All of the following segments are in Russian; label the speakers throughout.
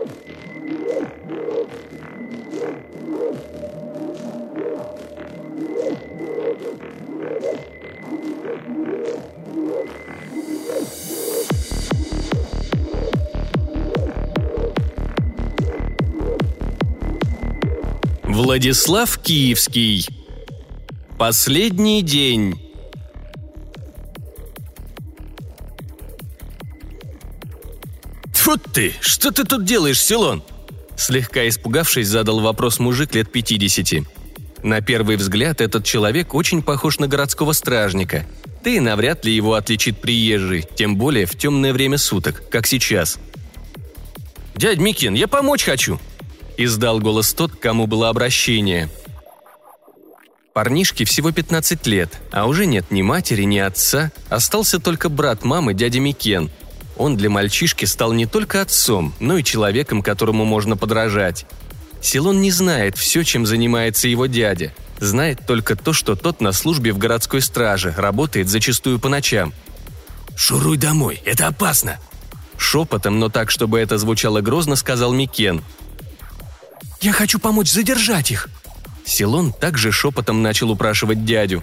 Speaker 1: Владислав Киевский. Последний день. «Тьфу ты! Что ты тут делаешь, Силон?» Слегка испугавшись, задал вопрос мужик лет 50. На первый взгляд этот человек очень похож на городского стражника. Да и навряд ли его отличит приезжий, тем более в темное время суток, как сейчас. «Дядь Микин, я помочь хочу!» Издал голос тот, к кому было обращение. Парнишке всего 15 лет, а уже нет ни матери, ни отца, остался только брат мамы, дядя Микен. Он для мальчишки стал не только отцом, но и человеком, которому можно подражать. Силон не знает все, чем занимается его дядя. Знает только то, что тот на службе в городской страже, работает зачастую по ночам.
Speaker 2: «Шуруй домой, это опасно!»
Speaker 1: Шепотом, но так, чтобы это звучало грозно, сказал Микен.
Speaker 2: «Я хочу помочь задержать их!»
Speaker 1: Силон также шепотом начал упрашивать дядю.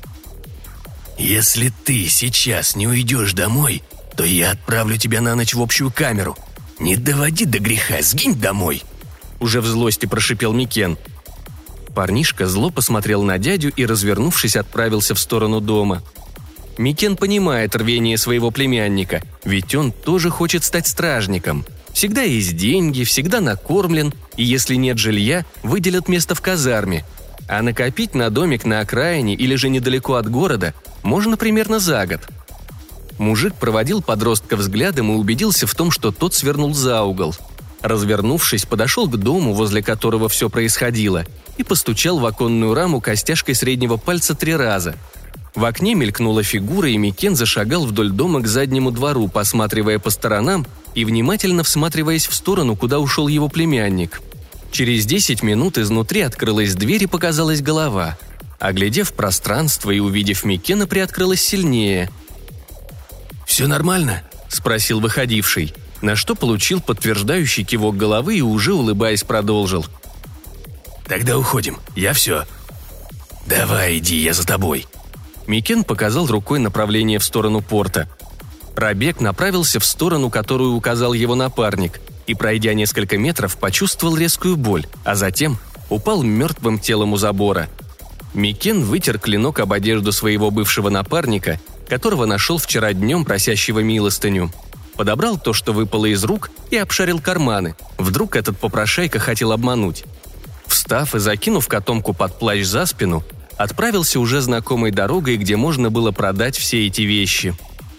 Speaker 2: «Если ты сейчас не уйдешь домой, то я отправлю тебя на ночь в общую камеру. Не доводи до греха, сгинь домой!»
Speaker 1: Уже в злости прошипел Микен. Парнишка зло посмотрел на дядю и, развернувшись, отправился в сторону дома. Микен понимает рвение своего племянника, ведь он тоже хочет стать стражником. Всегда есть деньги, всегда накормлен, и если нет жилья, выделят место в казарме. А накопить на домик на окраине или же недалеко от города можно примерно за год. Мужик проводил подростка взглядом и убедился в том, что тот свернул за угол. Развернувшись, подошел к дому, возле которого все происходило, и постучал в оконную раму костяшкой среднего пальца 3 раза. В окне мелькнула фигура, и Микен зашагал вдоль дома к заднему двору, посматривая по сторонам и внимательно всматриваясь в сторону, куда ушел его племянник. Через 10 минут изнутри открылась дверь и показалась голова. Оглядев пространство и увидев Микена, приоткрылась сильнее.
Speaker 2: «Все нормально?»
Speaker 1: – спросил выходивший, на что получил подтверждающий кивок головы и уже, улыбаясь, продолжил.
Speaker 2: «Тогда уходим, я все. Давай, иди, я за тобой».
Speaker 1: Микен показал рукой направление в сторону порта. Рабек направился в сторону, которую указал его напарник, и, пройдя несколько метров, почувствовал резкую боль, а затем упал мертвым телом у забора. Микен вытер клинок об одежду своего бывшего напарника, которого нашел вчера днем, просящего милостыню. Подобрал то, что выпало из рук, и обшарил карманы. Вдруг этот попрошайка хотел обмануть. Встав и закинув котомку под плащ за спину, отправился уже знакомой дорогой, где можно было продать все эти вещи.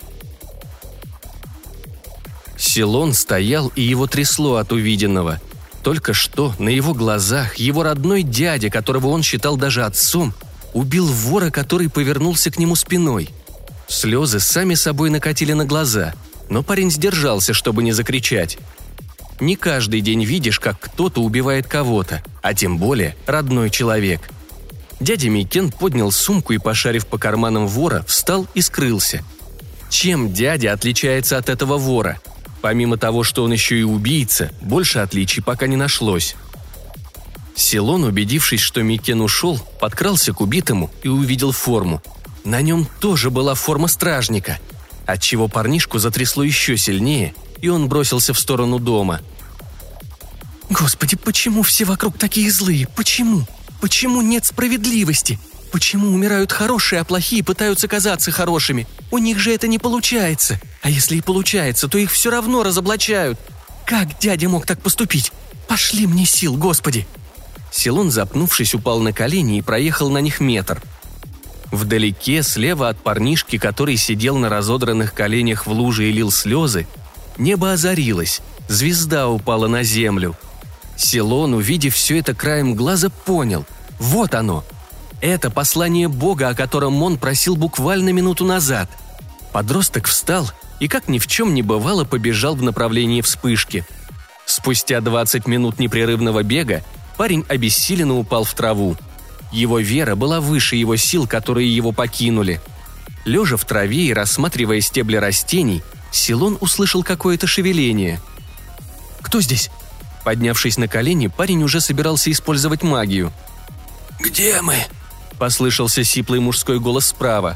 Speaker 1: Силон стоял, и его трясло от увиденного. Только что на его глазах его родной дядя, которого он считал даже отцом, убил вора, который повернулся к нему спиной. Слезы сами собой накатили на глаза, но парень сдержался, чтобы не закричать. Не каждый день видишь, как кто-то убивает кого-то, а тем более родной человек. Дядя Микен поднял сумку и, пошарив по карманам вора, встал и скрылся. Чем дядя отличается от этого вора? Помимо того, что он еще и убийца, больше отличий пока не нашлось. Силон, убедившись, что Микен ушел, подкрался к убитому и увидел форму. На нем тоже была форма стражника, отчего парнишку затрясло еще сильнее, и он бросился в сторону дома.
Speaker 2: «Господи, почему все вокруг такие злые? Почему? Почему нет справедливости? Почему умирают хорошие, а плохие пытаются казаться хорошими? У них же это не получается. А если и получается, то их все равно разоблачают. Как дядя мог так поступить? Пошли мне сил, Господи!»
Speaker 1: Силон, запнувшись, упал на колени и проехал на них метр. Вдалеке, слева от парнишки, который сидел на разодранных коленях в луже и лил слезы, небо озарилось, звезда упала на землю. Силон, увидев все это краем глаза, понял – вот оно. Это послание Бога, о котором он просил буквально минуту назад. Подросток встал и, как ни в чем не бывало, побежал в направлении вспышки. Спустя 20 минут непрерывного бега парень обессиленно упал в траву. Его вера была выше его сил, которые его покинули. Лежа в траве и рассматривая стебли растений, Силон услышал какое-то шевеление.
Speaker 2: «Кто здесь?
Speaker 1: Поднявшись на колени, парень уже собирался использовать магию.
Speaker 2: «Где мы?»
Speaker 1: – послышался сиплый мужской голос справа.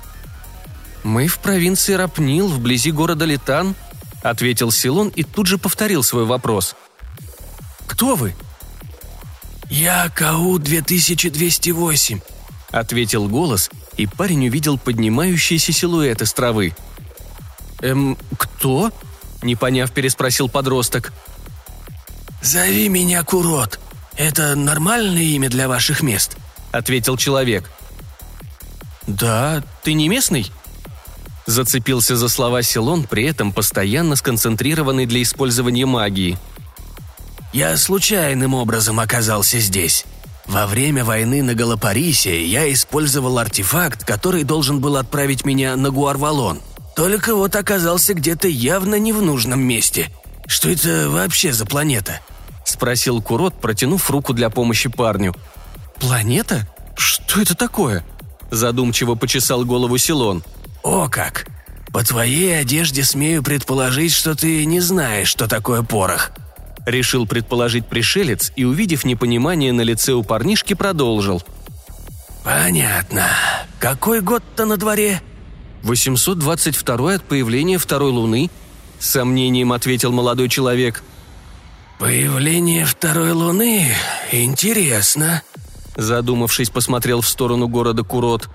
Speaker 1: «Мы в провинции Рапнил, вблизи города Литан», – ответил Силон и тут же повторил свой вопрос. «Кто вы?»
Speaker 2: «Я КУ-2208»,
Speaker 1: – ответил голос, и парень увидел поднимающийся силуэт из травы. «Кто?» – не поняв, переспросил подросток.
Speaker 2: «Зови меня Курот. Это нормальное имя для ваших мест?»
Speaker 1: – ответил человек. «Да, ты не местный?» Зацепился за слова Силон, при этом постоянно сконцентрированный для использования магии.
Speaker 2: «Я случайным образом оказался здесь. Во время войны на Галапарисе я использовал артефакт, который должен был отправить меня на Гуарвалон. Только вот оказался где-то явно не в нужном месте. Что это вообще за планета?»
Speaker 1: – спросил Курот, протянув руку для помощи парню. «Планета? Что это такое?» – задумчиво почесал голову Силон.
Speaker 2: «О как! По твоей одежде смею предположить, что ты не знаешь, что такое порох»,
Speaker 1: – решил предположить пришелец и, увидев непонимание на лице у парнишки, продолжил.
Speaker 2: «Понятно. Какой год-то на дворе?»
Speaker 1: 822 от появления второй луны, – с сомнением ответил молодой человек.
Speaker 2: «Появление второй луны? Интересно», –
Speaker 1: задумавшись, посмотрел в сторону города Курот.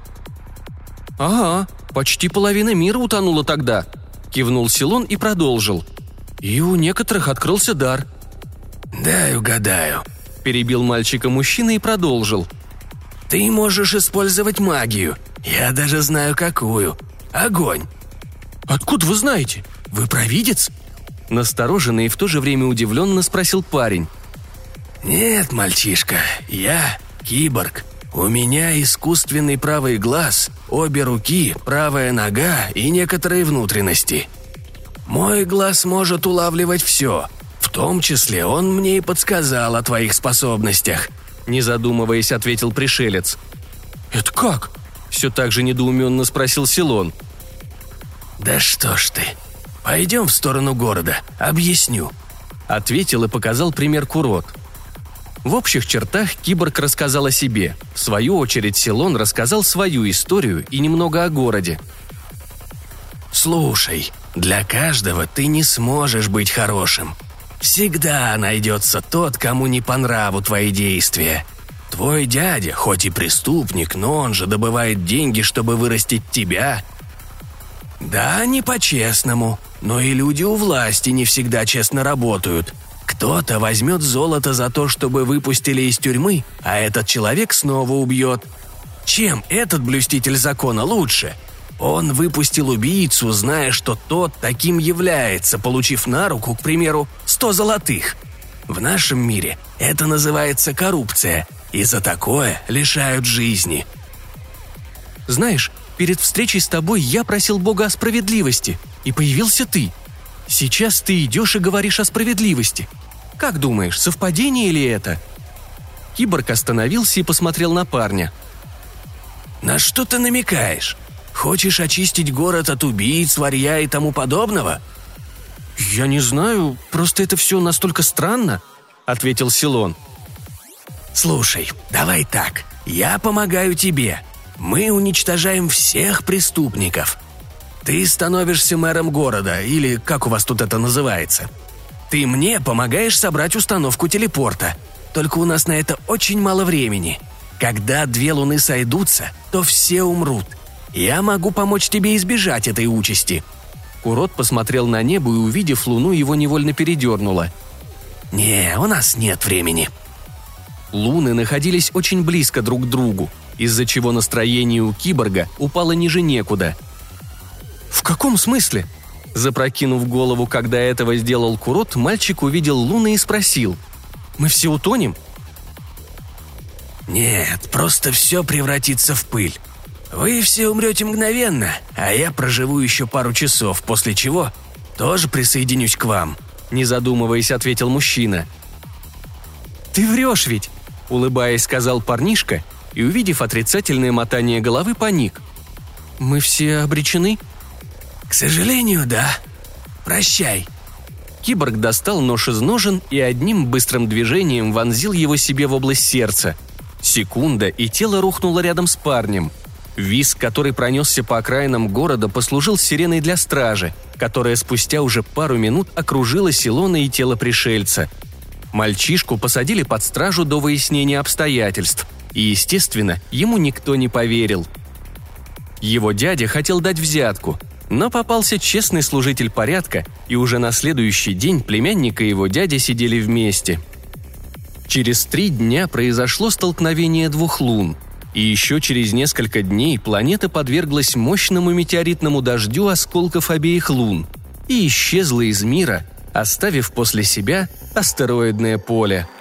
Speaker 1: «Ага, почти половина мира утонула тогда», – кивнул Силон и продолжил. «И у некоторых открылся дар».
Speaker 2: «Дай угадаю»,
Speaker 1: – перебил мальчика мужчина и продолжил.
Speaker 2: «Ты можешь использовать магию. Я даже знаю какую. Огонь».
Speaker 1: «Откуда вы знаете? Вы провидец?» Настороженно и в то же время удивленно спросил парень.
Speaker 2: «Нет, мальчишка, я киборг. У меня искусственный правый глаз, обе руки, правая нога и некоторые внутренности. Мой глаз может улавливать все. В том числе он мне и подсказал о твоих способностях», –
Speaker 1: не задумываясь, ответил пришелец. «Это как?» – все так же недоуменно спросил Силон.
Speaker 2: «Да что ж ты. Пойдем в сторону города, объясню»,
Speaker 1: – ответил и показал пример Курот. В общих чертах киборг рассказал о себе. В свою очередь Силон рассказал свою историю и немного о городе.
Speaker 2: «Слушай, для каждого ты не сможешь быть хорошим. Всегда найдется тот, кому не по нраву твои действия. Твой дядя, хоть и преступник, но он же добывает деньги, чтобы вырастить тебя. Да, не по-честному, но и люди у власти не всегда честно работают. Кто-то возьмет золото за то, чтобы выпустили из тюрьмы, а этот человек снова убьет. Чем этот блюститель закона лучше? Он выпустил убийцу, зная, что тот таким является, получив на руку, к примеру, 100 золотых. В нашем мире это называется коррупция, и за такое лишают жизни».
Speaker 1: «Знаешь, перед встречей с тобой я просил Бога о справедливости, и появился ты. Сейчас ты идешь и говоришь о справедливости. Как думаешь, совпадение ли это?» Киборг остановился и посмотрел на парня.
Speaker 2: «На что ты намекаешь? Хочешь очистить город от убийц, варья и тому подобного?»
Speaker 1: «Я не знаю, просто это все настолько странно», — ответил Силон.
Speaker 2: «Слушай, давай так, я помогаю тебе. Мы уничтожаем всех преступников. Ты становишься мэром города, или как у вас тут это называется. Ты мне помогаешь собрать установку телепорта. Только у нас на это очень мало времени. Когда 2 луны сойдутся, то все умрут. Я могу помочь тебе избежать этой участи».
Speaker 1: Курот посмотрел на небо и, увидев луну, его невольно передернуло.
Speaker 2: «Не, у нас нет времени».
Speaker 1: Луны находились очень близко друг к другу, из-за чего настроение у киборга упало ниже некуда. «В каком смысле?» Запрокинув голову, когда этого сделал Курот, мальчик увидел луны и спросил. «Мы все утонем?»
Speaker 2: «Нет, просто все превратится в пыль. Вы все умрете мгновенно, а я проживу еще пару часов, после чего тоже присоединюсь к вам», –
Speaker 1: не задумываясь, ответил мужчина. «Ты врешь ведь!» – улыбаясь, сказал парнишка и, увидев отрицательное мотание головы, паник. «Мы все обречены?»
Speaker 2: «К сожалению, да. Прощай».
Speaker 1: Киборг достал нож из ножен и одним быстрым движением вонзил его себе в область сердца. Секунда, и тело рухнуло рядом с парнем. Визг, который пронесся по окраинам города, послужил сиреной для стражи, которая спустя уже пару минут окружила Силона и тело пришельца. Мальчишку посадили под стражу до выяснения обстоятельств, и, естественно, ему никто не поверил. Его дядя хотел дать взятку, но попался честный служитель порядка, и уже на следующий день племянник и его дядя сидели вместе. Через 3 дня произошло столкновение 2 лун, и еще через несколько дней планета подверглась мощному метеоритному дождю осколков обеих лун и исчезла из мира, оставив после себя астероидное поле.